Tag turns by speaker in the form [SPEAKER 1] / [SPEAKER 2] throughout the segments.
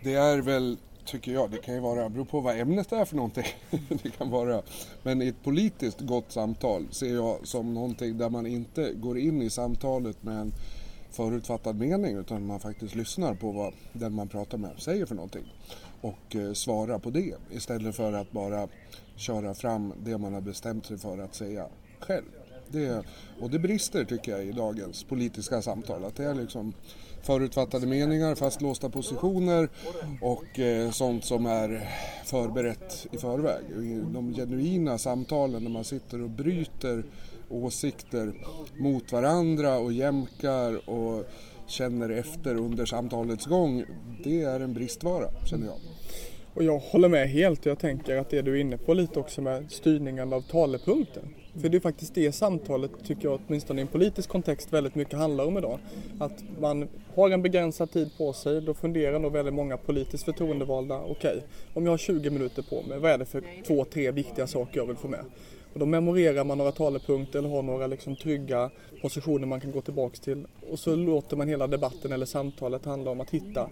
[SPEAKER 1] Det är väl, tycker jag, det kan ju vara, beror på vad ämnet är för någonting. Det kan vara, men i ett politiskt gott samtal ser jag som någonting där man inte går in i samtalet med en förutfattad mening, utan man faktiskt lyssnar på vad den man pratar med säger för någonting och svarar på det istället för att bara köra fram det man har bestämt sig för att säga själv. Det brister, tycker jag, i dagens politiska samtal, att det är liksom förutfattade meningar, fastlåsta positioner och sånt som är förberett i förväg. De genuina samtalen när man sitter och bryter åsikter mot varandra och jämkar och känner efter under samtalets gång, det är en bristvara, känner jag.
[SPEAKER 2] Och jag håller med helt, och jag tänker att det du är inne på lite också med styrningen av talepunkten. För det är faktiskt det samtalet, tycker jag, åtminstone i en politisk kontext väldigt mycket handlar om idag. Att man har en begränsad tid på sig, då funderar nog väldigt många politiskt förtroendevalda, okej, om jag har 20 minuter på mig, vad är det för 2-3 viktiga saker jag vill få med? Och då memorerar man några talepunkter eller har några liksom trygga positioner man kan gå tillbaka till. Och så låter man hela debatten eller samtalet handla om att hitta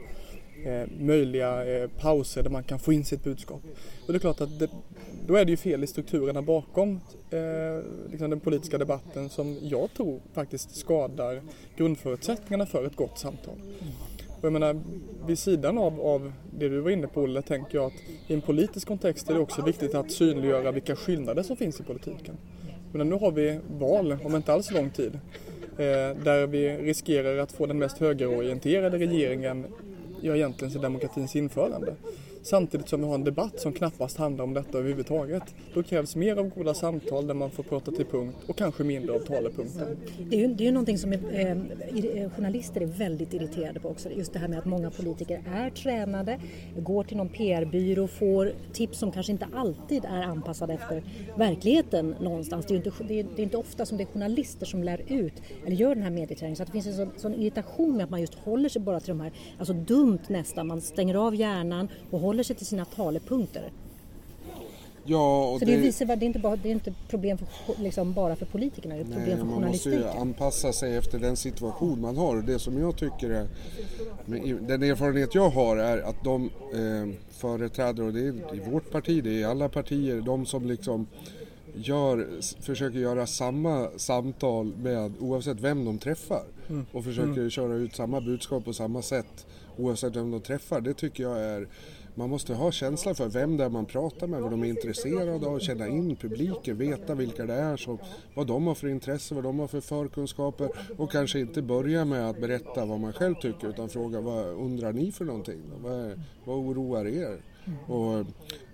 [SPEAKER 2] möjliga pauser där man kan få in sitt budskap. Och det är klart att då är det ju fel i strukturerna bakom liksom den politiska debatten som jag tror faktiskt skadar grundförutsättningarna för ett gott samtal. Och jag menar, vid sidan av det du var inne på, Olle, tänker jag att i en politisk kontext är det också viktigt att synliggöra vilka skillnader som finns i politiken. Men nu har vi val om inte alls lång tid där vi riskerar att få den mest högerorienterade regeringen egentligen sedan demokratins införande. Samtidigt som vi har en debatt som knappast handlar om detta överhuvudtaget. Då krävs mer av goda samtal där man får prata till punkt och kanske mindre av talepunkter.
[SPEAKER 3] Det är ju någonting som journalister är väldigt irriterade på också. Just det här med att många politiker är tränade, går till någon PR-byrå och får tips som kanske inte alltid är anpassade efter verkligheten någonstans. Det är inte ofta som det är journalister som lär ut eller gör den här medieträningen. Så att det finns en sån irritation med att man just håller sig bara till de här, alltså dumt nästan, man stänger av hjärnan och håller sig till sina talepunkter.
[SPEAKER 1] Ja, och
[SPEAKER 3] så det är inte problem för, liksom, bara för politikerna, det är problem för journalistiken.
[SPEAKER 1] Man måste ju anpassa sig efter den situation man har. Och det som jag tycker är, den erfarenhet jag har är att de företrädare, och det är i vårt parti, det är i alla partier, de som liksom försöker göra samma samtal med oavsett vem de träffar och försöker köra ut samma budskap på samma sätt oavsett vem de träffar. Det tycker jag är, man måste ha känsla för vem det är man pratar med, vad de är intresserade av, känna in publiken, veta vilka det är, så, vad de har för intresse, vad de har för förkunskaper, och kanske inte börja med att berätta vad man själv tycker utan fråga, vad undrar ni för någonting? Vad oroar er? Och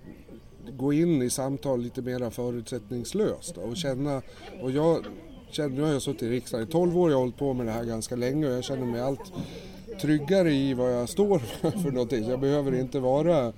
[SPEAKER 1] gå in i samtal lite mer förutsättningslöst och känna, och nu har jag suttit i riksdagen i 12 år, jag har hållit på med det här ganska länge och jag känner mig allt tryggare i vad jag står för någonting. Jag behöver inte ha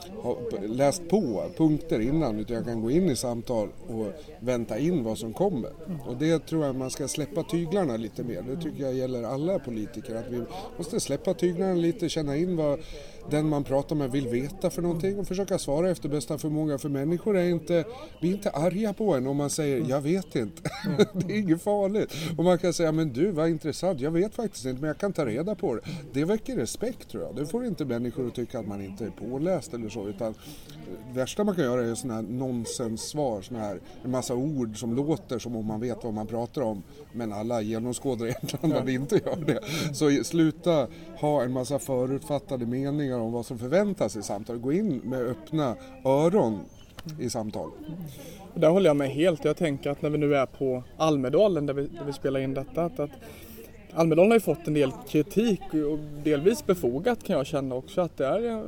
[SPEAKER 1] läst på punkter innan, utan jag kan gå in i samtal och vänta in vad som kommer. Och det tror jag man ska släppa tyglarna lite mer. Det tycker jag gäller alla politiker, att vi måste släppa tyglarna lite, känna in vad den man pratar med vill veta för någonting och försöka svara efter bästa förmåga. För människor är inte arga på en om man säger jag vet inte. Det är inget farligt. Och man kan säga, men du, vad intressant, jag vet faktiskt inte, men jag kan ta reda på det. Det väcker respekt, tror jag. Det får inte människor att tycka att man inte är påläst eller så, utan det värsta man kan göra är sådana här nonsenssvar, en massa ord som låter som om man vet vad man pratar om, men alla genomskådar egentligen att vi inte gör det. Så sluta ha en massa förutfattade meningar om vad som förväntas i samtal. Gå in med öppna öron i samtal.
[SPEAKER 2] Där håller jag med helt. Jag tänker att när vi nu är på Almedalen där vi spelar in detta, att Almedalen har ju fått en del kritik och delvis befogat, kan jag känna också, att det är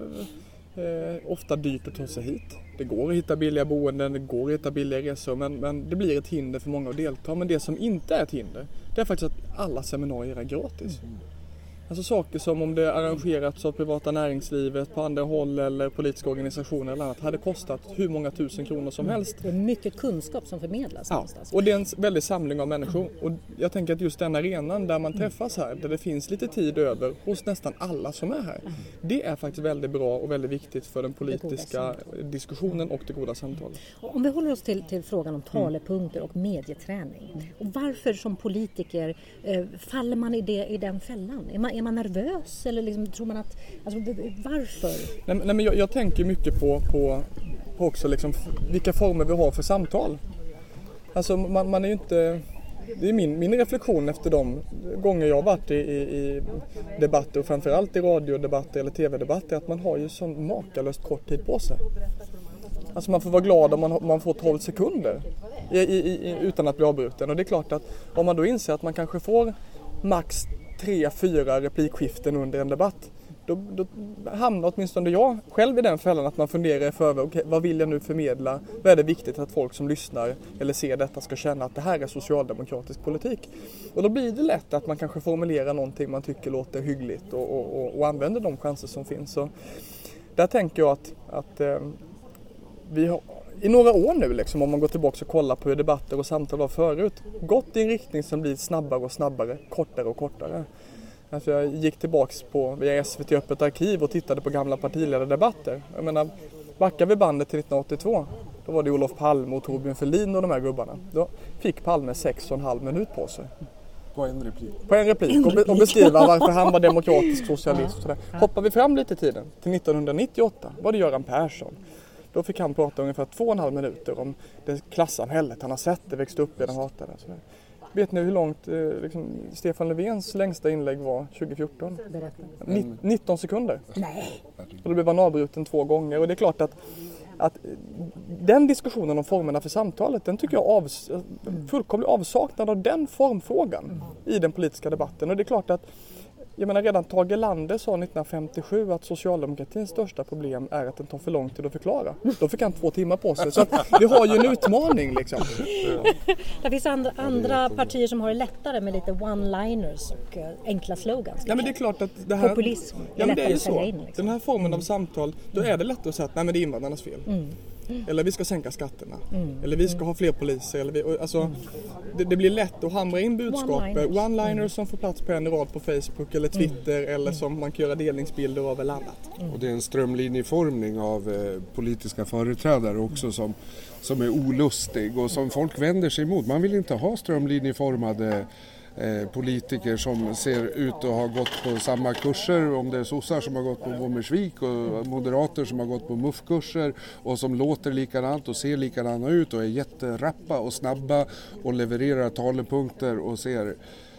[SPEAKER 2] ofta dyrt att ta sig hit. Det går att hitta billiga boenden, det går att hitta billiga resor, men det blir ett hinder för många att delta. Men det som inte är ett hinder, det är faktiskt att alla seminarier är gratis. Alltså saker som om det arrangerats av privata näringslivet på andra håll eller politiska organisationer eller annat hade kostat hur många 1000 kronor som helst.
[SPEAKER 3] Det är mycket kunskap som förmedlas.
[SPEAKER 2] Ja, och det är en väldig samling av människor. Och jag tänker att just den arenan där man träffas här, där det finns lite tid över hos nästan alla som är här. Det är faktiskt väldigt bra och väldigt viktigt för den politiska diskussionen och det goda samtalet.
[SPEAKER 3] Om vi håller oss till frågan om talepunkter och medieträning. Och varför som politiker faller man i den fällan? Är man nervös eller liksom, tror man att... Alltså, varför?
[SPEAKER 2] Nej, men jag tänker mycket på också liksom, vilka former vi har för samtal. Alltså man är ju inte... Det är min reflektion efter de gånger jag har varit i debatter och framförallt i radiodebatter eller tv-debatter, att man har ju sån makalöst kort tid på sig. Alltså man får vara glad om man får 12 sekunder utan att bli avbruten. Och det är klart att om man då inser att man kanske får max 3-4 replikskiften under en debatt, då hamnar åtminstone jag själv i den fällan att man funderar för vad vill jag nu förmedla? Vad är det viktigt att folk som lyssnar eller ser detta ska känna att det här är socialdemokratisk politik? Och då blir det lätt att man kanske formulerar någonting man tycker låter hyggligt och använder de chanser som finns. Så där tänker jag att vi har i några år nu, liksom, om man går tillbaka och kollar på hur debatter och samtal var förut, gått i en riktning som blir snabbare och snabbare, kortare och kortare. Alltså jag gick tillbaks via SVT Öppet arkiv och tittade på gamla partiledardebatter. Jag menar, backar vi bandet till 1982, då var det Olof Palme och Torbjörn Fälldin och de här gubbarna. Då fick Palme 6,5 minut på sig.
[SPEAKER 1] På en replik.
[SPEAKER 2] På en replik och beskriva varför han var demokratisk socialist. Och sådär. Hoppar vi fram lite i tiden, till 1998, var det Göran Persson. Då fick han prata ungefär 2,5 minuter om det klassamhället han har sett, det växte upp i den hatade. Vet ni hur långt liksom, Stefan Löfvens längsta inlägg var 2014? 19 sekunder. Nej. Och då blev han avbruten 2 gånger. Och det är klart att den diskussionen om formerna för samtalet, den tycker jag fullkomligt avsaknad av den formfrågan i den politiska debatten. Och det är klart att jag menar, redan Tage Erlander sa 1957 att socialdemokratins största problem är att den tar för lång tid att förklara. Då fick han 2 timmar på sig. Så att vi har ju en utmaning liksom.
[SPEAKER 3] Det finns andra partier som har det lättare med lite one-liners och enkla slogans.
[SPEAKER 2] Ja, men det är klart att det här...
[SPEAKER 3] Populism
[SPEAKER 2] är lättare att sälja
[SPEAKER 3] in. Liksom.
[SPEAKER 2] Den här formen av samtal, då är det lättare att säga att nej, men det är invandrarnas fel. Eller vi ska sänka skatterna. Eller vi ska ha fler poliser. Eller det blir lätt att hamra in budskap. One-liners som får plats på en rad på Facebook eller Twitter. Eller som man kan göra delningsbilder av eller annat.
[SPEAKER 1] Och det är en strömlinjeformning av politiska företrädare också som är olustig och som folk vänder sig emot. Man vill inte ha strömlinjeformade politiker som ser ut att ha gått på samma kurser, om det är sossar som har gått på Bommersvik och moderater som har gått på MUF-kurser och som låter likadant och ser likadana ut och är jätterappa och snabba och levererar talepunkter och ser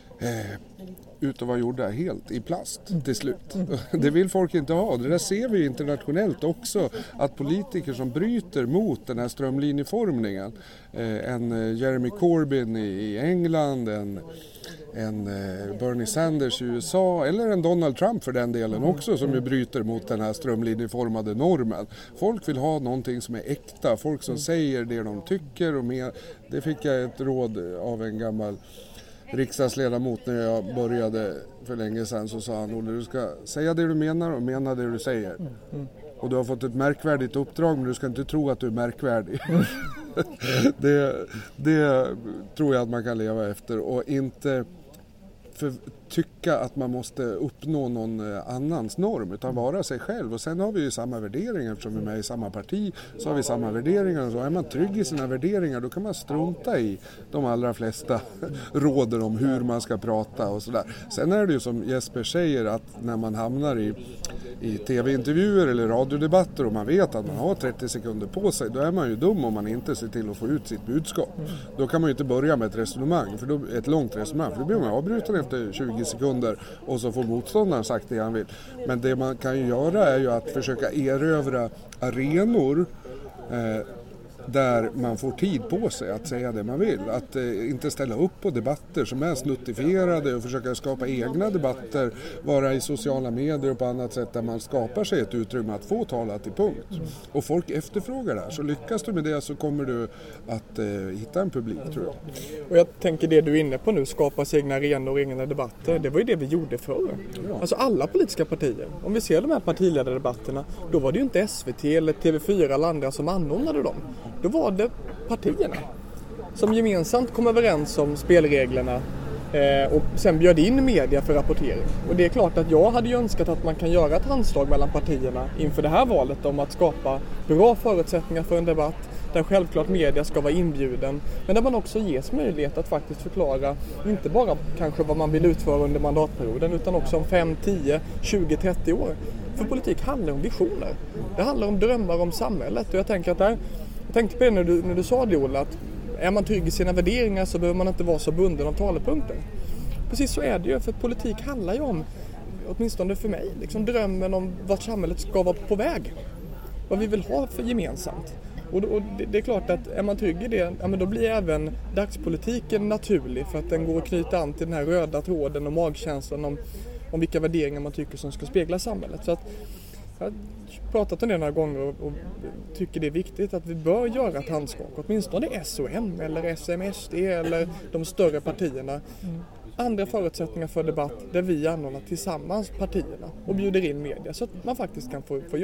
[SPEAKER 1] ut att vara gjorda helt i plast till slut. Det vill folk inte ha. Det där ser vi internationellt också, att politiker som bryter mot den här strömlinjeformningen, en Jeremy Corbyn i England, en Bernie Sanders i USA eller en Donald Trump för den delen också, som ju bryter mot den här strömlinjeformade normen. Folk vill ha någonting som är äkta, folk som säger det de tycker och mer. Det fick jag ett råd av en gammal riksdagsledamot när jag började för länge sedan. Så sa han: Olle, du ska säga det du menar och mena det du säger. Och du har fått ett märkvärdigt uppdrag, men du ska inte tro att du är märkvärdig. Det tror jag att man kan leva efter och inte tycka att man måste uppnå någon annans norm, utan vara sig själv. Och sen har vi ju samma värderingar, eftersom vi är med i samma parti så har vi samma värderingar. Och så är man trygg i sina värderingar, då kan man strunta i de allra flesta råder om hur man ska prata och sådär. Sen är det ju som Jesper säger, att när man hamnar i tv-intervjuer eller radiodebatter och man vet att man har 30 sekunder på sig, då är man ju dum om man inte ser till att få ut sitt budskap. Då kan man ju inte börja med ett resonemang, för då, ett långt resonemang, för då blir man avbruten efter 20 sekunder och så får motståndaren sagt det han vill. Men det man kan ju göra är ju att försöka erövra arenor där man får tid på sig att säga det man vill. Att inte ställa upp på debatter som är snuttifierade och försöka skapa egna debatter, vara i sociala medier och på annat sätt där man skapar sig ett utrymme att få tala till punkt. Och folk efterfrågar det här. Så lyckas du med det så kommer du att hitta en publik, tror jag.
[SPEAKER 2] Och jag tänker det du är inne på nu, skapa sig egna arenor och egna debatter, det var ju det vi gjorde förr. Ja. Alltså alla politiska partier. Om vi ser de här partiledardebatterna, då var det ju inte SVT eller TV4 eller andra som anordnade dem. Då var det partierna som gemensamt kom överens om spelreglerna och sen bjöd in media för rapportering. Och det är klart att jag hade ju önskat att man kan göra ett handslag mellan partierna inför det här valet om att skapa bra förutsättningar för en debatt, där självklart media ska vara inbjuden, men där man också ges möjlighet att faktiskt förklara inte bara kanske vad man vill utföra under mandatperioden, utan också om 5, 10, 20, 30 år. För politik handlar om visioner. Det handlar om drömmar om samhället. Och jag tänkte på det när du sa det, Ola, att är man trygg i sina värderingar så behöver man inte vara så bunden av talepunkter. Precis så är det ju, för politik handlar ju om, åtminstone för mig, liksom drömmen om vart samhället ska vara på väg. Vad vi vill ha för gemensamt. Och det är klart att är man trygg i det, ja, men då blir även dagspolitiken naturlig, för att den går att knyta an till den här röda tråden och magkänslan om vilka värderingar man tycker som ska spegla samhället. Så att jag har pratat om det några gånger och tycker det är viktigt att vi bör göra ett handskak, åtminstone SOM eller SMSD eller de större partierna. Andra förutsättningar för debatt där vi anordnar tillsammans partierna och bjuder in media så att man faktiskt kan få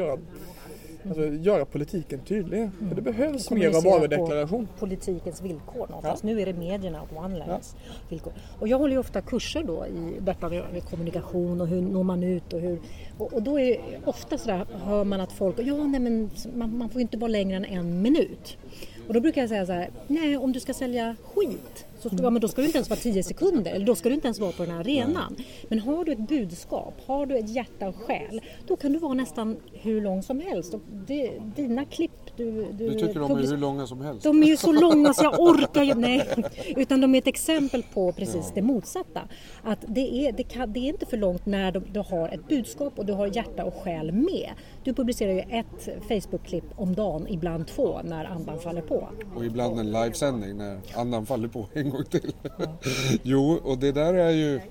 [SPEAKER 2] göra politiken tydlig. För det behövs mer av varudeklaration.
[SPEAKER 3] Politikens villkor någonstans. Nu är det medierna och one-liners villkor. Och jag håller ju ofta kurser då i detta med kommunikation och hur når man ut och då är det ofta sådär, hör man att folk, man får ju inte vara längre än 1 minut. Och då brukar jag säga så här, nej, om du ska sälja skit men då ska du inte ens vara 10 sekunder eller då ska du inte ens vara på den här arenan. Men har du ett budskap, har du ett hjärta och själ, då kan du vara nästan hur lång som helst. Och dina klipp du
[SPEAKER 1] tycker de är hur långa som helst?
[SPEAKER 3] De är ju så långa så jag orkar ju, nej. Utan de är ett exempel på precis det motsatta. Att det är inte för långt när du har ett budskap och du har hjärta och själ med. Du publicerar ju ett Facebook-klipp om dagen, ibland 2 när andan faller på.
[SPEAKER 1] Och ibland en livesändning när andan faller på en gång till. Jo, och det där är ju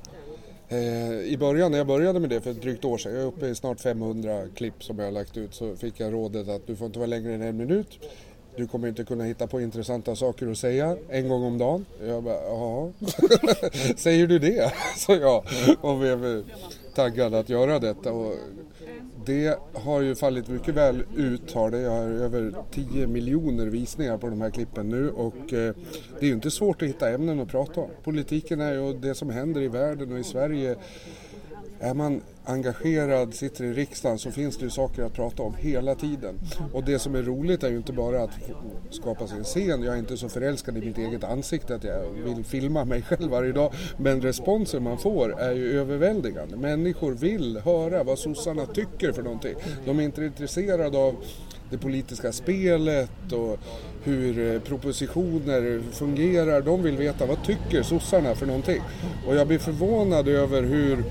[SPEAKER 1] i början när jag började med det för ett drygt år sedan, jag är uppe i snart 500 klipp som jag har lagt ut, så fick jag rådet att du får inte vara längre än 1 minut. Du kommer inte kunna hitta på intressanta saker att säga en gång om dagen. Jag bara, ja. Säger du det? Så ja, och vi är taggade att göra detta. Och det har ju fallit mycket väl ut, har det. Jag har över 10 miljoner visningar på de här klippen nu och det är ju inte svårt att hitta ämnen att prata om. Politiken är ju det som händer i världen och i Sverige. Är man engagerad, sitter i riksdagen, så finns det ju saker att prata om hela tiden. Och det som är roligt är ju inte bara att skapa sig en scen. Jag är inte så förälskad i mitt eget ansikte att jag vill filma mig själv varje dag. Men responsen man får är ju överväldigande. Människor vill höra vad sossarna tycker för någonting. De är inte intresserade av det politiska spelet och hur propositioner fungerar. De vill veta vad tycker sossarna för någonting. Och jag blir förvånad över hur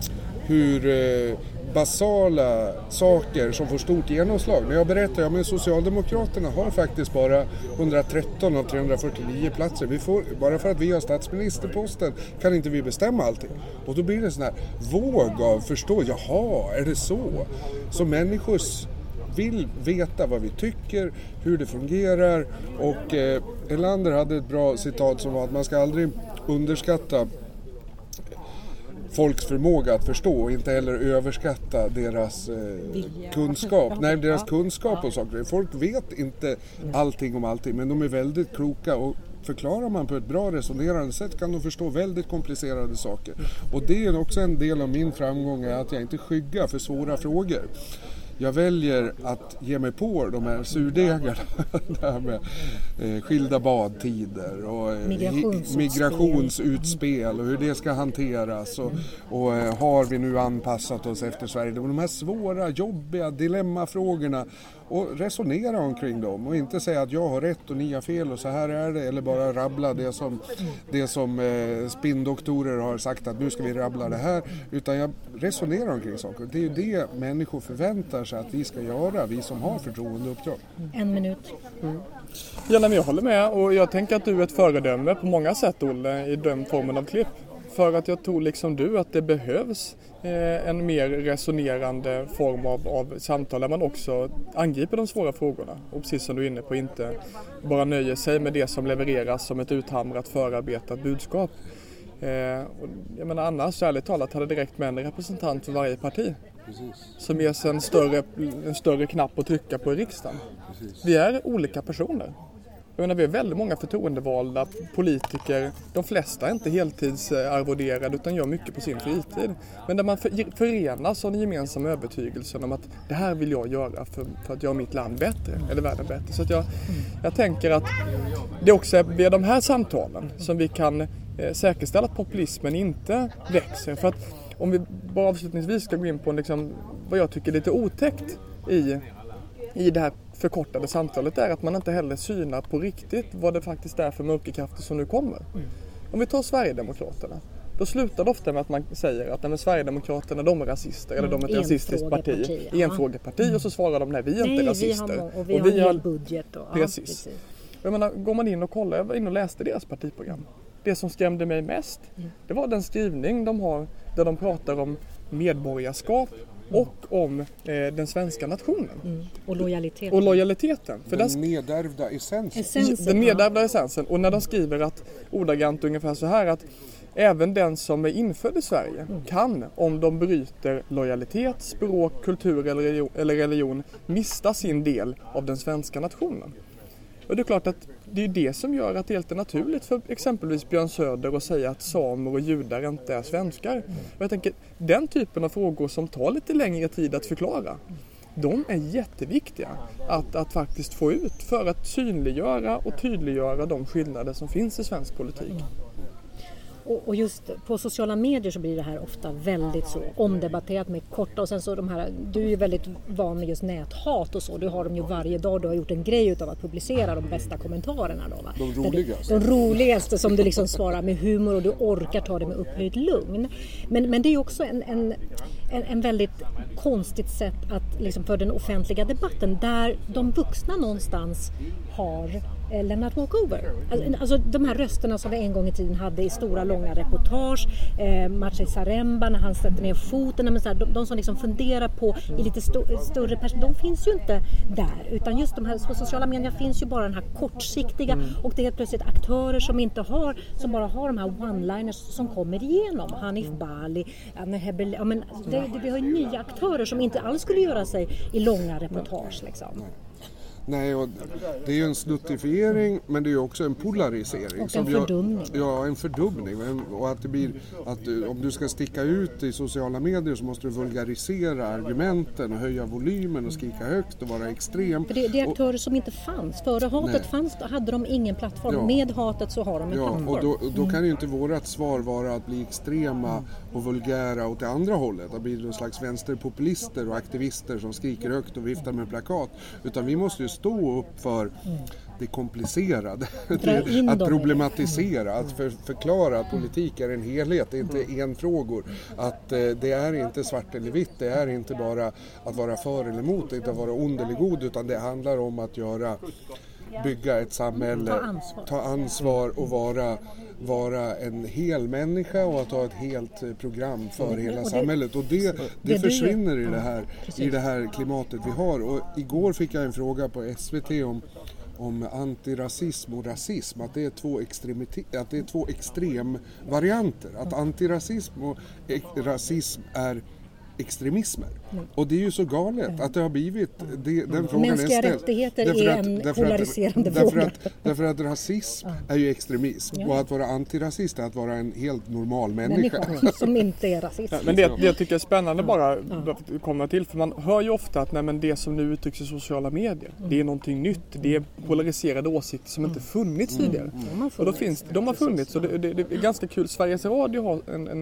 [SPEAKER 1] basala saker som får stort genomslag. När jag berättar att Socialdemokraterna har faktiskt bara 113 av 349 platser. Bara för att vi har statsministerposten kan inte vi bestämma allting. Och då blir det en sån här våg av förstå, jaha, är det så? Så människor vill veta vad vi tycker, hur det fungerar. Och Erlander hade ett bra citat som var att man ska aldrig underskatta folks förmåga att förstå och inte heller överskatta deras kunskap. Nej, deras kunskap och saker. Folk vet inte allting om allting, men de är väldigt kloka och förklarar man på ett bra resonerande sätt kan de förstå väldigt komplicerade saker. Och det är också en del av min framgång, är att jag inte skyggar för svåra frågor. Jag väljer att ge mig på de här surdegarna, det här med skilda badtider och migrationsutspel och hur det ska hanteras och har vi nu anpassat oss efter Sverige. De här svåra, jobbiga dilemmafrågorna och resonera omkring dem och inte säga att jag har rätt och ni har fel och så här är det, eller bara rabbla det som spinndoktorer har sagt att nu ska vi rabbla det här, utan jag resonerar omkring saker. Det är ju det människor förväntar sig att vi ska göra, vi som har förtroendeuppdrag.
[SPEAKER 3] 1 minut.
[SPEAKER 2] Ja, men jag håller med och jag tänker att du är ett föredöme på många sätt, Olle, i den formen av klipp. För att jag tror liksom du att det behövs en mer resonerande form av samtal där man också angriper de svåra frågorna. Och precis som du är inne på, inte bara nöjer sig med det som levereras som ett uthamrat förarbetat budskap. Och jag menar, annars ärligt talat hade direkt med en representant för varje parti.
[SPEAKER 1] Precis.
[SPEAKER 2] Som ges en större knapp att trycka på i riksdagen.
[SPEAKER 1] Precis.
[SPEAKER 2] Vi är olika personer. Jag menar, vi har väldigt många förtroendevalda politiker. De flesta är inte heltidsarvoderade utan gör mycket på sin fritid. Men där man förenas av en gemensam övertygelse om att det här vill jag göra för att göra mitt land bättre eller världen bättre. Så att jag tänker att det också är via de här samtalen som vi kan säkerställa att populismen inte växer. För att om vi bara avslutningsvis ska gå in på liksom, vad jag tycker är lite otäckt i det här förkortade samtalet är att man inte heller synar på riktigt vad det faktiskt är för mörkerkrafter som nu kommer. Om vi tar Sverigedemokraterna, då slutar det ofta med att man säger att Sverigedemokraterna, de är rasister eller de är ett rasistiskt parti. Enfrågeparti och så svarar de nej, vi är inte rasister.
[SPEAKER 3] Vi har budget. Och,
[SPEAKER 2] precis. Jag menar, går man in och kollar, jag var in och läste deras partiprogram. Det som skrämde mig mest, det var den skrivning de har där de pratar om medborgarskap och om den svenska nationen.
[SPEAKER 3] Och
[SPEAKER 2] lojaliteten. För
[SPEAKER 1] den nedärvda essensen.
[SPEAKER 2] Den nedärvda essensen. Och när de skriver att ordagrant ungefär så här att även den som är infödd i Sverige kan, om de bryter lojalitet, språk, kultur eller religion, mista sin del av den svenska nationen. Och det är klart att det är det som gör att det är helt naturligt för exempelvis Björn Söder att säga att samer och judar inte är svenskar. Och jag tänker, den typen av frågor som tar lite längre tid att förklara, de är jätteviktiga att faktiskt få ut för att synliggöra och tydliggöra de skillnader som finns i svensk politik.
[SPEAKER 3] Och just på sociala medier så blir det här ofta väldigt så omdebatterat med korta och sen så de här, du är ju väldigt van med just näthat och så, du har dem ju varje dag, du har gjort en grej utav att publicera de bästa kommentarerna då, va? De roligaste som du liksom svarar med humor och du orkar ta det med upphöjt lugn. Men det är ju också en väldigt konstigt sätt att liksom för den offentliga debatten där de vuxna någonstans har lämnat walkover. Alltså de här rösterna som vi en gång i tiden hade i stora långa reportage, Maciej Zaremba när han sätter ner foten, men så här, de som liksom funderar på i lite större perspektiv, de finns ju inte där, utan just de här på sociala medier finns ju bara den här kortsiktiga och det är helt plötsligt aktörer som bara har de här one-liners som kommer igenom. Hanif Bali, vi har ju nya aktörer som inte alls skulle göra sig i långa reportage liksom.
[SPEAKER 1] Nej, och det är ju en snuttifiering, men det är ju också en polarisering.
[SPEAKER 3] Och en fördumning.
[SPEAKER 1] En fördumning. Och att det blir att om du ska sticka ut i sociala medier så måste du vulgarisera argumenten och höja volymen och skrika högt och vara extrem.
[SPEAKER 3] För det är aktörer som inte fanns. Före hatet hade de ingen plattform. Ja. Med hatet så har de en plattform.
[SPEAKER 1] Och då kan ju inte vårat svar vara att bli extrema och vulgära åt det andra hållet. Att bli någon slags vänsterpopulister och aktivister som skriker högt och viftar med plakat. Utan vi måste ju stå upp för det komplicerade, att problematisera, att förklara att politik är en helhet, det är inte enfrågor, att det är inte svart eller vitt, det är inte bara att vara för eller emot, det är inte att vara ond eller god, utan det handlar om att bygga ett samhälle, ta ansvar och vara en hel människa och att ha ett helt program för hela samhället. Och det försvinner i det här klimatet vi har. Och igår fick jag en fråga på SVT om antirasism och rasism, att det är två extremvarianter. Att antirasism och rasism är extremismer. Och det är ju så galet att det har blivit den frågan.
[SPEAKER 3] Mänskliga rättigheter är en polariserande fråga.
[SPEAKER 1] Därför att rasism är ju extremism och att vara antirasist är att vara en helt normal människa.
[SPEAKER 3] Som inte är rasist.
[SPEAKER 2] Men det jag tycker är spännande bara att komma till, för man hör ju ofta att det som nu uttrycks i sociala medier, det är någonting nytt, det är polariserade åsikter som inte funnits tidigare. Och då de har funnits, så det är ganska kul. Sveriges Radio har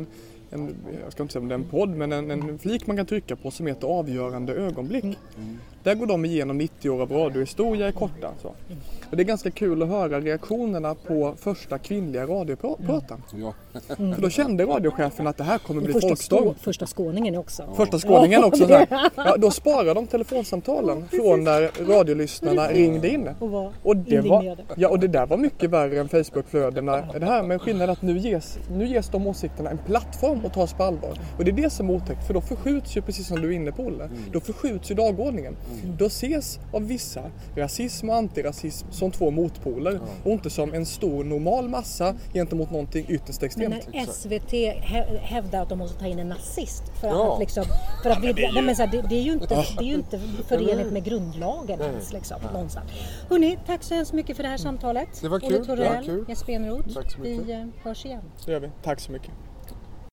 [SPEAKER 2] jag ska inte säga om det är en podd, men en flik man kan trycka på som heter Avgörande ögonblick. Där går de igenom 90 år av radiohistoria i korta. Så. Och det är ganska kul att höra reaktionerna på första kvinnliga radiopratan. För då kände radiochefen att det här kommer bli folkstorm.
[SPEAKER 3] Första skåningen också.
[SPEAKER 2] Första skåningen också. Så här. Då sparar de telefonsamtalen från när radiolyssnarna ringde in. Och det där var mycket värre än Facebookflödena. Det här med skillnaden att nu ges de åsikterna en plattform och tas på allvar. Och det är det som är otäckt, för då förskjuts ju, precis som du är inne på, Olle, då förskjuts ju dagordningen. Då ses av vissa rasism och antirasism som två motpoler och inte som en stor normal massa gentemot någonting ytterst extremt.
[SPEAKER 3] Men när SVT hävdar att de måste ta in en nazist för att liksom, för att det är ju inte förenligt med grundlagen ens liksom, någonstans. Hörrni, tack så hemskt mycket för det här samtalet.
[SPEAKER 1] Det var kul.
[SPEAKER 3] Olle Torell, Jesper Eneroth. Vi hörs igen.
[SPEAKER 2] Det gör vi. Tack så mycket.